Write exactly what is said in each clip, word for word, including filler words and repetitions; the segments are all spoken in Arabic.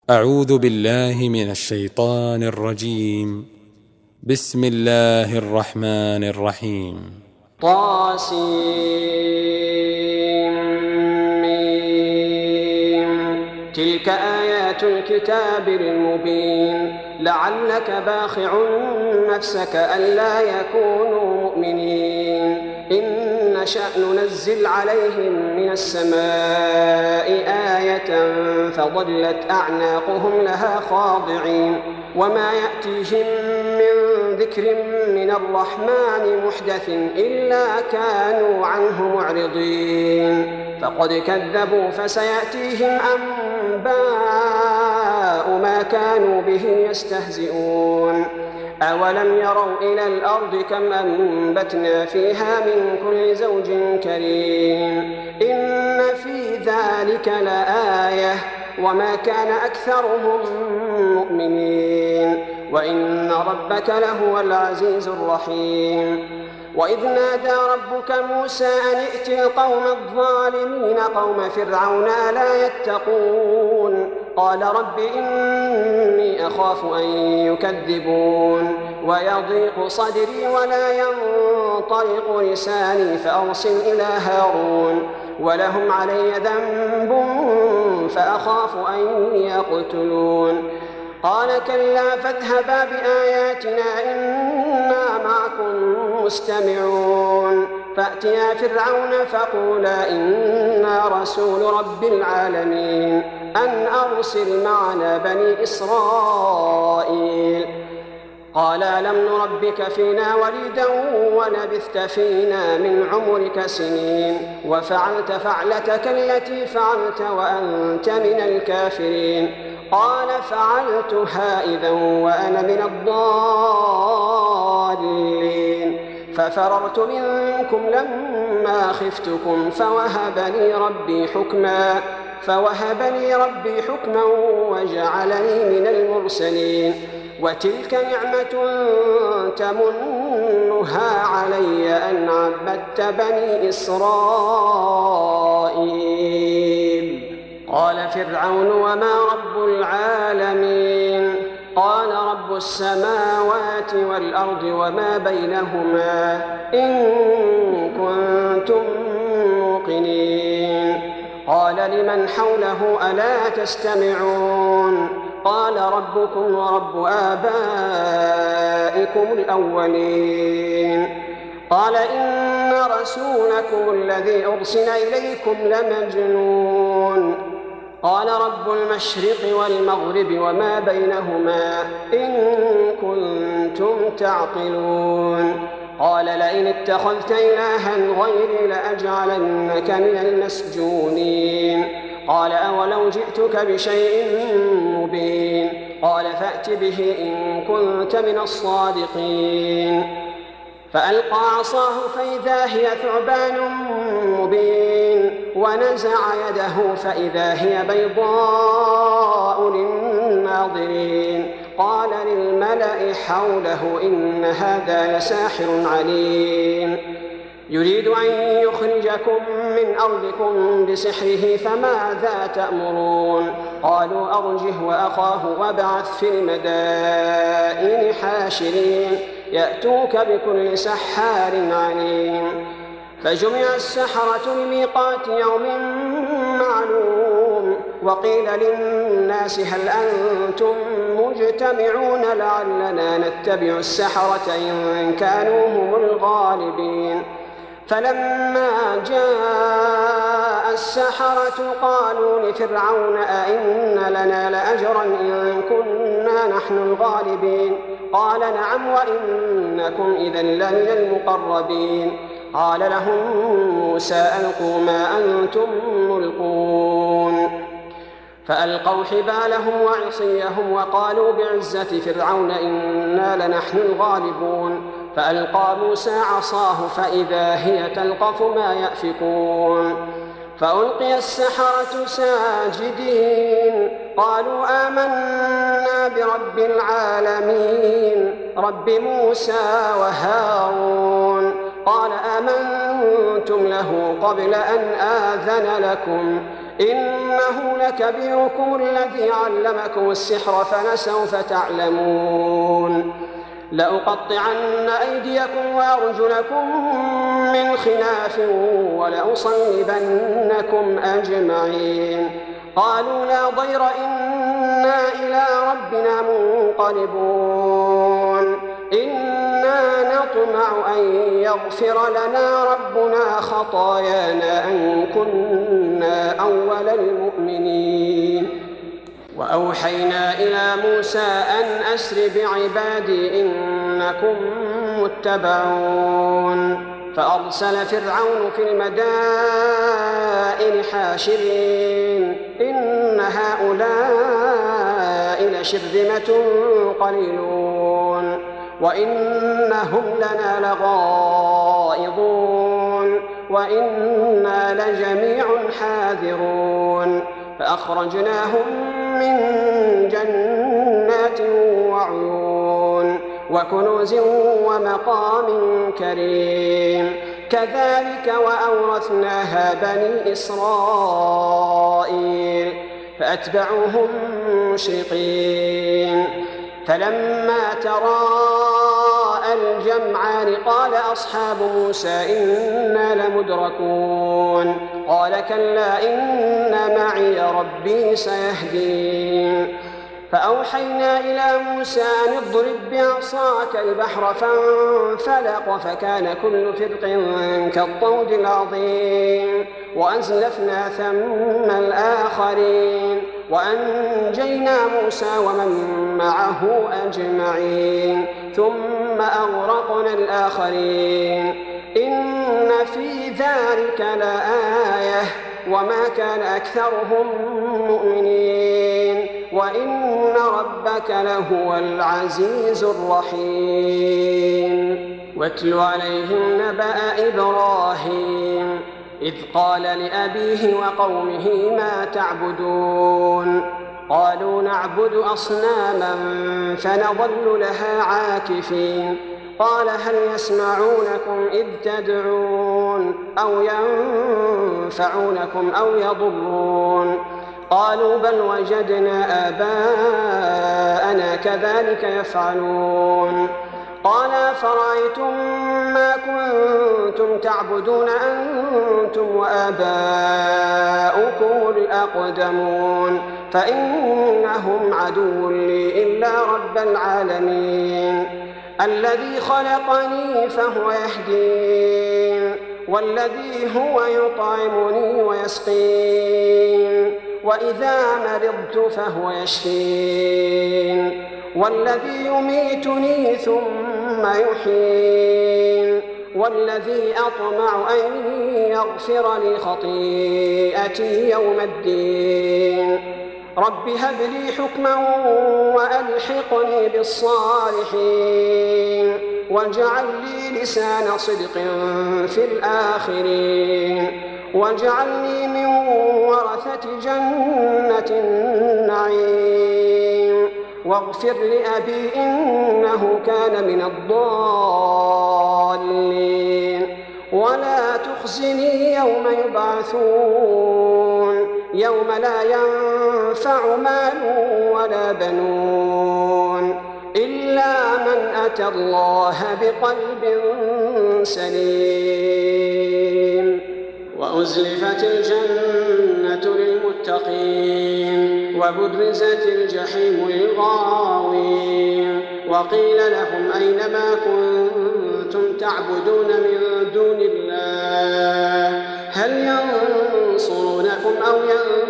أعوذ بالله من الشيطان الرجيم. بسم الله الرحمن الرحيم. طاسيم. تلك آيات الكتاب المبين. لعلك باخع نفسك ألا يكونوا مؤمنين. إن نشأ ننزل عليهم من السماء آية فظلت أعناقهم لها خاضعين. وما يأتيهم من ذكر من الرحمن محدث إلا كانوا عنه معرضين. فقد كذبوا فسيأتيهم أنباء ما كانوا به يستهزئون. أولم يروا إلى الأرض كم أنبتنا فيها من كل زوج كريم. إن في ذلك لآية وما كان أكثرهم مؤمنين وإن ربك لهو العزيز الرحيم. وإذ نادى ربك موسى أن ائت القوم الظالمين قوم فرعون ألا يتقون. قال رب إني أخاف أن يكذبون ويضيق صدري ولا ينطلق لساني فأرسل إلى هارون ولهم علي ذنب فأخاف أن يقتلون. قال كلا فاذهبا بآياتنا إنا معكم مستمعون. فأتيا فرعون فقولا إنا رسول رب العالمين أن أرسل معنا بني إسرائيل. قال ألم نربك فينا وليدا ولبثت فينا من عمرك سنين وفعلت فعلتك التي فعلت وأنت من الكافرين. قال فعلتها إذا وأنا من الضالين ففررت منكم لما خفتكم فوهب لي ربي حكما فوهب لي ربي حكما وجعلني من المرسلين. وتلك نعمة تمنها علي أن عبدت بني إسرائيل. قال فرعون وما رب العالمين. قال رب السماوات والأرض وما بينهما إن كنتم موقنين. قال لمن حوله ألا تستمعون. قال ربكم ورب آبائكم الأولين. قال إن رسولكم الذي أرسل إليكم لمجنون. قال رب المشرق والمغرب وما بينهما إن كنتم تعقلون. قال لئن اتخذت إلها غيري لأجعلنك من المسجونين. قال أولو جئتك بشيء مبين. قال فأت به إن كنت من الصادقين. فألقى عصاه فإذا هي ثعبان مبين ونزع يده فإذا هي بيضاء للناظرين. قال للملأ حوله إن هذا لساحر عليم يريد أن يخرجكم من أرضكم بسحره فماذا تأمرون. قالوا أرجه وأخاه وابعث في المدائن حاشرين يأتوك بكل سحار عليم. فجمع السحرة لميقات يوم معلوم. وقيل للناس هل أنتم مجتمعون لعلنا نتبع السحرة إن كانوا هم الغالبين. فلما جاء السحرة قالوا لفرعون أئن لنا لأجرا إن كنا نحن الغالبين. قال نعم وإنكم إذا لمن المقربين. قال لهم موسى ألقوا ما أنتم ملقون. فألقوا حبالهم وعصيهم وقالوا بعزة فرعون إنا لنحن الغالبون. فألقى موسى عصاه فإذا هي تلقف ما يأفكون. فألقي السحرة ساجدين قالوا آمنا برب العالمين رب موسى وهارون. قال آمنتم له قبل أن آذن لكم إنه لكبيركم الذي علمكم السحر فلسوف تعلمون لأقطعن أيديكم وأرجلكم من خلاف ولأصلبنكم أجمعين قالوا لا ضير إنا إلى ربنا منقلبون إنا نطمع أن يغفر لنا ربنا خطايانا أن كنا أول المؤمنين وأوحينا إلى موسى أن أسر بعبادي إنكم متبعون فأرسل فرعون في المدائن حاشرين إن هؤلاء لشرذمة قليلون وإنهم لنا لغائظون وإنا لجميع حاذرون فأخرجناهم من جنات وعيون وكنوز ومقام كريم كذلك وأورثناها بني إسرائيل فأتبعوهم مشرقين فلما تراءى الجمعان قال أصحاب موسى إنا لمدركون قال كلا إن معي ربي سيهدين فأوحينا إلى موسى أن اضرب بعصاك البحر فانفلق فكان كل فرق كالطود العظيم وأزلفنا ثم الآخرين وأنجينا موسى ومن معه أجمعين ثم أغرقنا الآخرين إن في ذلك لآية وما كان أكثرهم مؤمنين وإن ربك لهو العزيز الرحيم واتل عليهم نبأ إبراهيم إذ قال لأبيه وقومه ما تعبدون قالوا نعبد أصناما فنظل لها عاكفين قال هل يسمعونكم إذ تدعون أو ينفعونكم أو يضرون قالوا بل وجدنا آباءنا كذلك يفعلون قال أفرأيتم ما كنتم تعبدون أنتم وآباؤكم الأقدمون فإنهم عدو لي إلا رب العالمين الذي خلقني فهو يهدين والذي هو يطعمني ويسقين وإذا مرضت فهو يشفين والذي يميتني ثم يحيين والذي أطمع أن يغفر لي خطيئتي يوم الدين رب هب لي حكما وألحقني بالصالحين واجعل لي لسان صدق في الآخرين واجعلني من ورثة جنة النعيم واغفر لأبي إنه كان من الضالين ولا تخزني يوم يبعثون يوم لا ينفع مال ولا بنون إلا من أتى الله بقلب سليم وأزلفت الجنة للمتقين وبرزت الجحيم للغاوين وقيل لهم أين ما كنتم تعبدون من دون الله هل ينصرونكم أو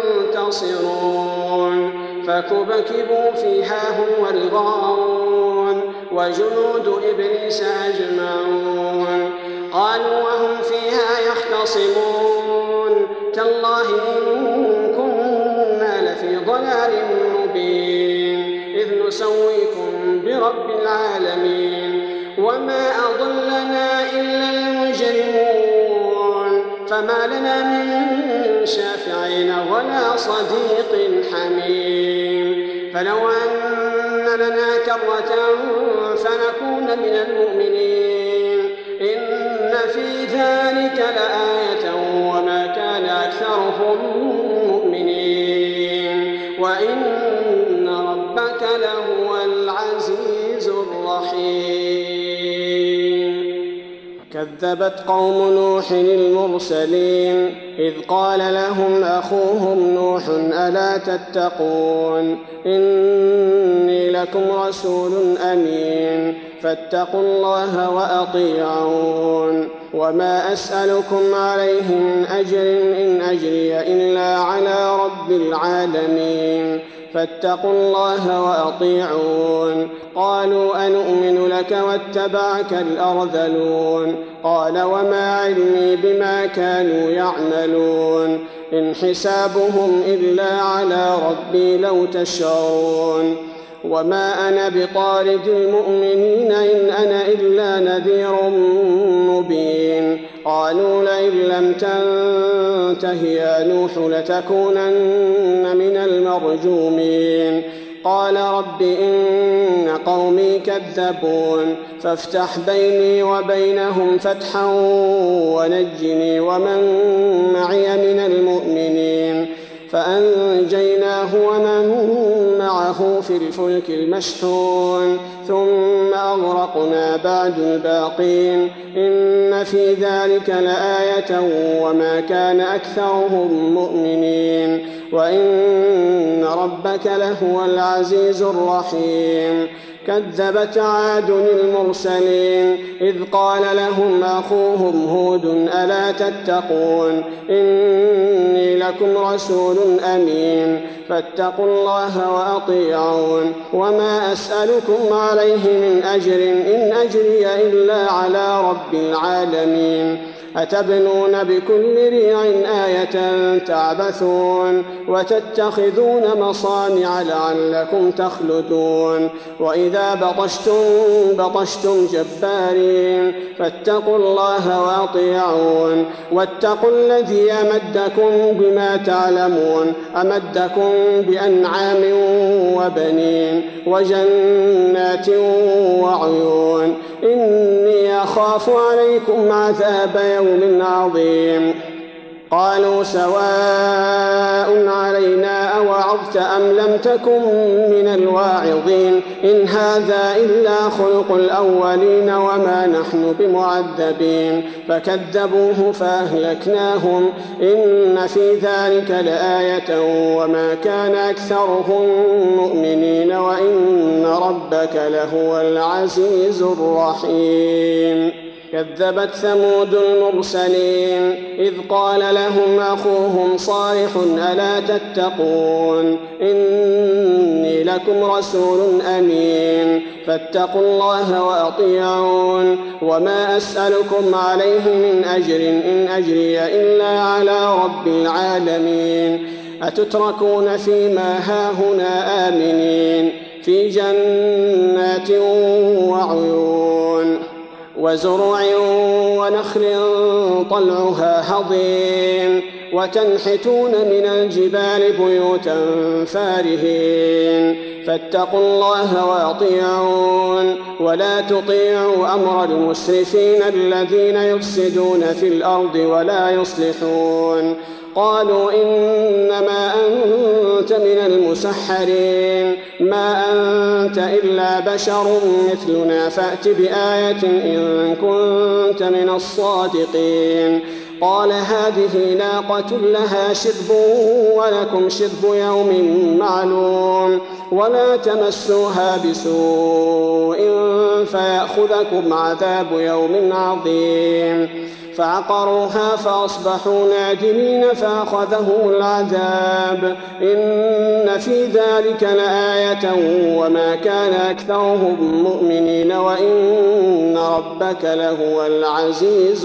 ينتصرون فكبكبوا فيها هم والغاوون وجنود إبليس أجمعون قالوا وهم فيها يختصمون تالله إن كنا لفي ضلال مبين إذ نسويكم برب العالمين وما أضلنا إلا المجرمون فما لنا من شافعين ولا صديق حميم فلو أن لنا كرة فنكون من المؤمنين إن في ذلك لآية وما كان أكثرهم مؤمنين المؤمنين وإن ربك لهو العزيز الرحيم. كذبت قوم نوح المرسلين إذ قال لهم أخوهم نوح ألا تتقون إني لكم رسول أمين فاتقوا الله وأطيعون وما أسألكم عليه من أجر إن أجري إلا على رب العالمين فاتقوا الله وأطيعون. قالوا أنؤمن لك واتبعك الأرذلون قال وما علمي بما كانوا يعملون إن حسابهم إلا على ربي لو تشعرون وما أنا بطارد المؤمنين إن أنا إلا نذير مبين. قالوا لئن لم تنته يا نوح لتكونن من المرجومين. قال رب إن قومي كذبون فافتح بيني وبينهم فتحا ونجني ومن معي من المؤمنين. فأنجيناه ومن معه في الفلك المشحون ثم أغرقنا بعد الباقين إن في ذلك لآية وما كان أكثرهم مؤمنين وإن ربك لهو العزيز الرحيم. كذبت عاد المرسلين إذ قال لهم أخوهم هود ألا تتقون إني لكم رسول أمين فاتقوا الله وأطيعون وما أسألكم عليه من أجر إن أجري إلا على رب العالمين. أتبنون بكل ريع آية تعبثون وتتخذون مصانع لعلكم تخلدون وإذا بطشتم بطشتم جبارين فاتقوا الله وأطيعون واتقوا الذي أمدكم بما تعلمون أمدكم بأنعام وبنين وجنات وعيون إني أخاف عليكم عذاب يوم عظيم. قالوا سواء علينا أوعظت أم لم تكن من الواعظين إن هذا إلا خلق الأولين وما نحن بمعذبين. فكذبوه فأهلكناهم إن في ذلك لآية وما كان أكثرهم مؤمنين وإن ربك لهو العزيز الرحيم. كذبت ثمود المرسلين إذ قال لهم أخوهم صالح ألا تتقون إني لكم رسول أمين فاتقوا الله وأطيعون وما أسألكم عليه من أجر إن أجري إلا على رب العالمين. أتتركون فيما هاهنا آمنين في جنات وعيون وزروع ونخل طلعها هضيم وتنحتون من الجبال بيوتا فارهين فاتقوا الله وأطيعون ولا تطيعوا أمر المسرفين الذين يفسدون في الأرض ولا يصلحون. قالوا إنما أنت من المسحرين ما أنت إلا بشر مثلنا فأت بآية إن كنت من الصادقين. قال هذه ناقة لها شرب ولكم شرب يوم معلوم ولا تمسوها بسوء فيأخذكم عذاب يوم عظيم. فعقروها فأصبحوا نادمين فأخذهم العذاب إن في ذلك لآية وما كان أكثرهم مؤمنين وإن ربك لهو العزيز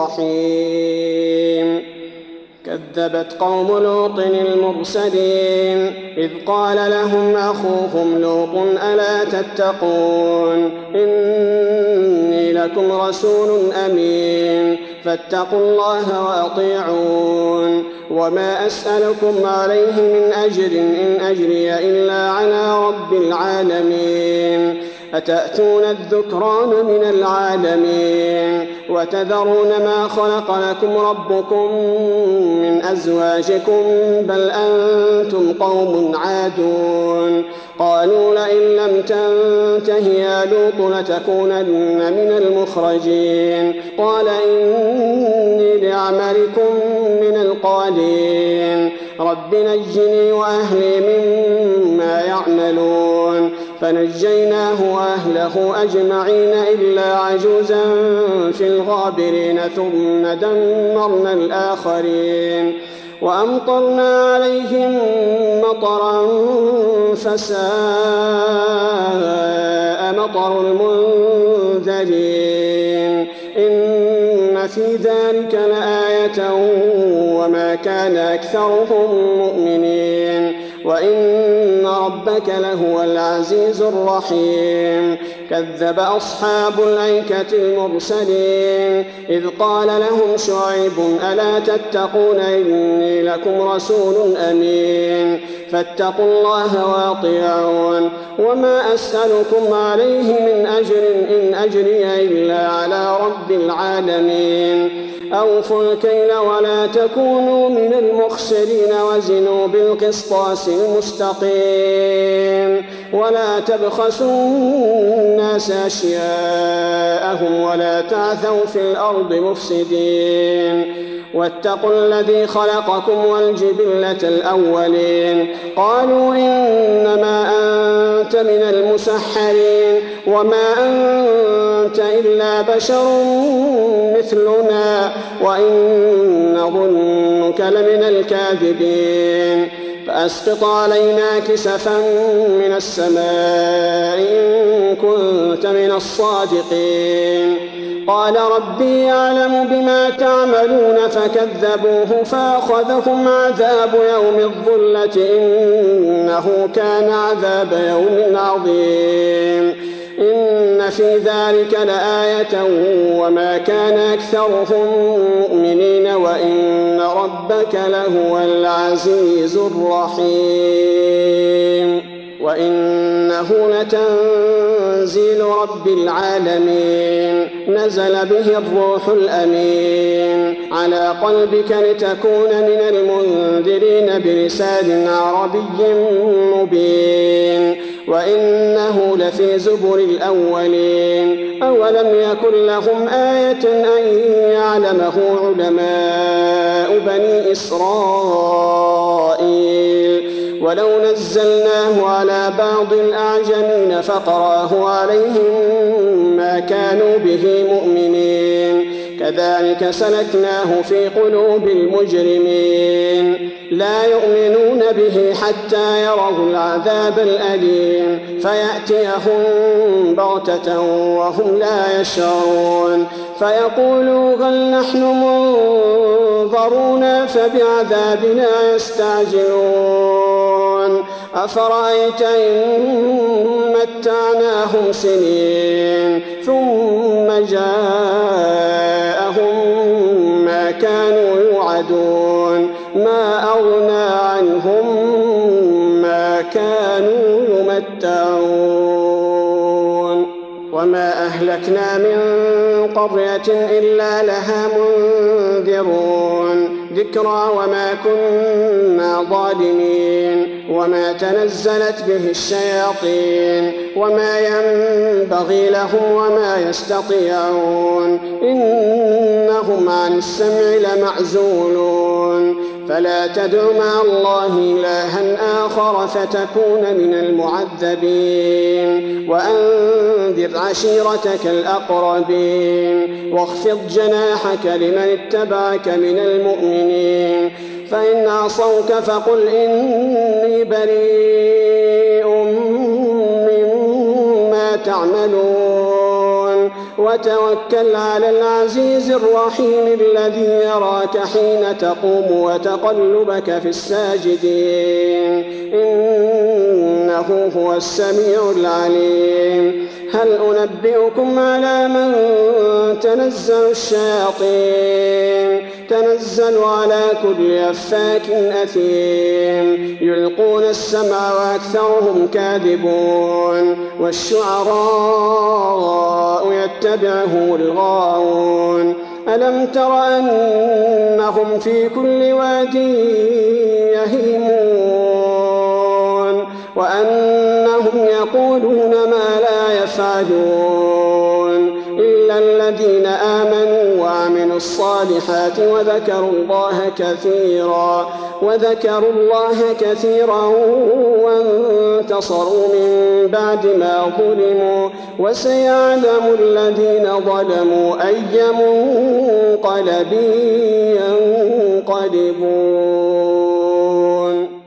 الرحيم. كذبت قوم لوط المرسلين إذ قال لهم أخوهم لوط ألا تتقون إني لكم رسول أمين فاتقوا الله وأطيعون وما أسألكم عليه من أجر إن أجري إلا على رب العالمين. أتأتون الذكران من العالمين وتذرون ما خلق لكم ربكم من أزواجكم بل أنتم قوم عادون قالوا لئن لم تنته يا لوط لتكونن من المخرجين قال إني لعملكم من القالين رب نجني وأهلي مما يعملون فنجيناه وأهله أجمعين إلا عجوزا في الغابرين ثم دمرنا الآخرين وأمطرنا عليهم مطرا فساء مطر المنذرين إن في ذلك لآية وما كان أكثرهم مؤمنين وإن ربك لهو العزيز الرحيم كذب أصحاب الأيكة المرسلين إذ قال لهم شعيب ألا تتقون إني لكم رسول أمين فاتقوا الله وأطيعون وما أسألكم عليه من أجر إن أجري إلا على رب العالمين أوفوا الكيل ولا تكونوا من المخسرين وزنوا بالقسطاس المستقيم ولا تبخسوا الناس أشياءهم ولا تعثوا في الأرض مفسدين واتقوا الذي خلقكم والجبلة الأولين قالوا إنما أنت من المسحرين وما أنت إلا بشر مثلنا وإن نظنك لمن الكاذبين فأسقط علينا كسفا من السماء إن كنت من الصادقين قال ربي يعلم بما تعملون فكذبوه فأخذهم عذاب يوم الظلة إنه كان عذاب يوم عظيم إن في ذلك لآية وما كان أكثرهم مؤمنين وإن ربك لهو العزيز الرحيم وإنه لتنزيل رب العالمين نزل به الروح الأمين على قلبك لتكون من المنذرين بلسان عربي مبين وإنه لفي زبر الأولين أولم يكن لهم آية أن يعلمه علماء بني إسرائيل ولو نزلناه على بعض الأعجمين فقرأه عليهم ما كانوا به مؤمنين كذلك سلكناه في قلوب المجرمين لا يؤمنون به حتى يروا العذاب الأليم فيأتيهم بغتة وهم لا يشعرون فيقولوا هل نحن منظرون فبعذابنا يستعجلون أفرأيت إن متعناهم سنين ثم جاءهم ما كانوا يوعدون ما أغنى عنهم ما كانوا يمتعون وما أهلكنا من قرية إلا لها منذرون ذكرى وما كنا ظالمين وما تنزلت به الشياطين وما ينبغي لهم وما يستطيعون إنهم عن السمع لمعزولون فلا تدع مع الله إلها آخر فتكون من المعذبين وأنذر عشيرتك الأقربين واخفض جناحك لمن اتبعك من المؤمنين فإن عصوك فقل إني بريء مما تعملون وتوكل على العزيز الرحيم الذي يراك حين تقوم وتقلبك في الساجدين إنه هو السميع العليم هل أنبئكم على من تنزل الشياطين تنزل على كل أفاك أثيم يلقون السمع وأكثرهم كاذبون والشعراء يتبعهم الغاوون ألم تر أنهم في كل واد يهيمون وأنهم يقولون ما لا يفعلون إلا الذين آمنوا وعملوا الصالحات وذكروا الله كثيرا وذكروا الله كثيرا وانتصروا من بعد ما ظلموا وسيعلم الذين ظلموا أي منقلب ينقلبون.